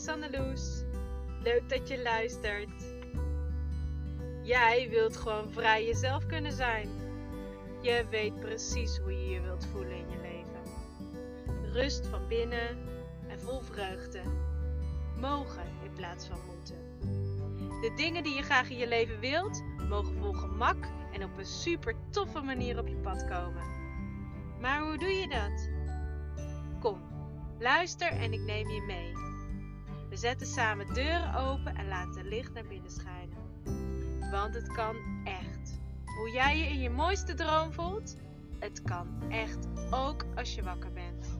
Sanneloes. Leuk dat je luistert. Jij wilt gewoon vrij jezelf kunnen zijn. Je weet precies hoe je je wilt voelen in je leven. Rust van binnen en vol vreugde. Mogen in plaats van moeten. De dingen die je graag in je leven wilt, mogen vol gemak en op een super toffe manier op je pad komen. Maar hoe doe je dat? Kom, luister en ik neem je mee. We zetten samen deuren open en laten licht naar binnen schijnen. Want het kan echt. Hoe jij je in je mooiste droom voelt, het kan echt ook als je wakker bent.